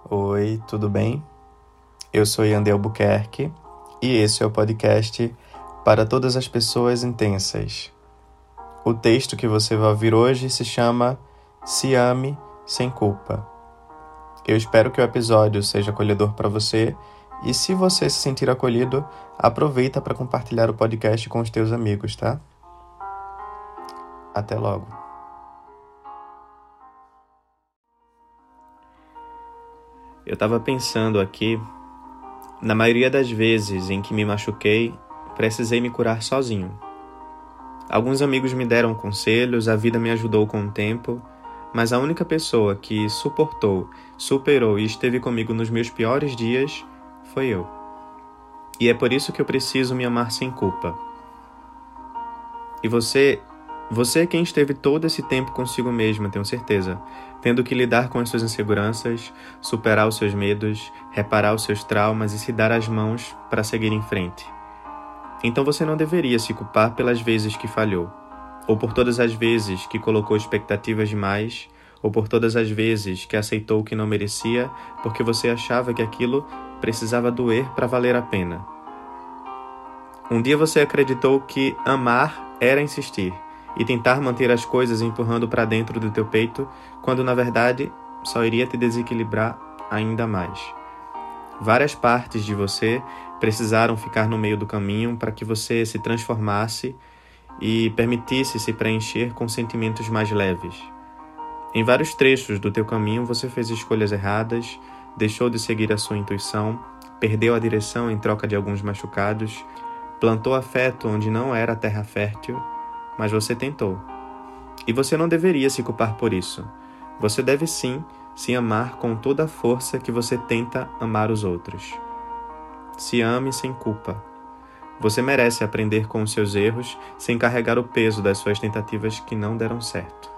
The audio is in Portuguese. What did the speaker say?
Oi, tudo bem? Eu sou Yandel Albuquerque e esse é o podcast para todas as pessoas intensas. O texto que você vai ouvir hoje se chama Se Ame Sem Culpa. Eu espero que o episódio seja acolhedor para você e se você se sentir acolhido, aproveita para compartilhar o podcast com os teus amigos, tá? Até logo. Eu estava pensando aqui, na maioria das vezes em que me machuquei, precisei me curar sozinho. Alguns amigos me deram conselhos, a vida me ajudou com o tempo, mas a única pessoa que suportou, superou e esteve comigo nos meus piores dias foi eu. E é por isso que eu preciso me amar sem culpa. E você é quem esteve todo esse tempo consigo mesma, tenho certeza, tendo que lidar com as suas inseguranças, superar os seus medos, reparar os seus traumas e se dar as mãos para seguir em frente. Então você não deveria se culpar pelas vezes que falhou, ou por todas as vezes que colocou expectativas demais, ou por todas as vezes que aceitou o que não merecia porque você achava que aquilo precisava doer para valer a pena. Um dia você acreditou que amar era insistir e tentar manter as coisas empurrando para dentro do teu peito, quando na verdade só iria te desequilibrar ainda mais. Várias partes de você precisaram ficar no meio do caminho para que você se transformasse e permitisse se preencher com sentimentos mais leves. Em vários trechos do teu caminho você fez escolhas erradas, deixou de seguir a sua intuição, perdeu a direção em troca de alguns machucados, plantou afeto onde não era terra fértil, mas você tentou. E você não deveria se culpar por isso. Você deve sim se amar com toda a força que você tenta amar os outros. Se ame sem culpa. Você merece aprender com os seus erros sem carregar o peso das suas tentativas que não deram certo.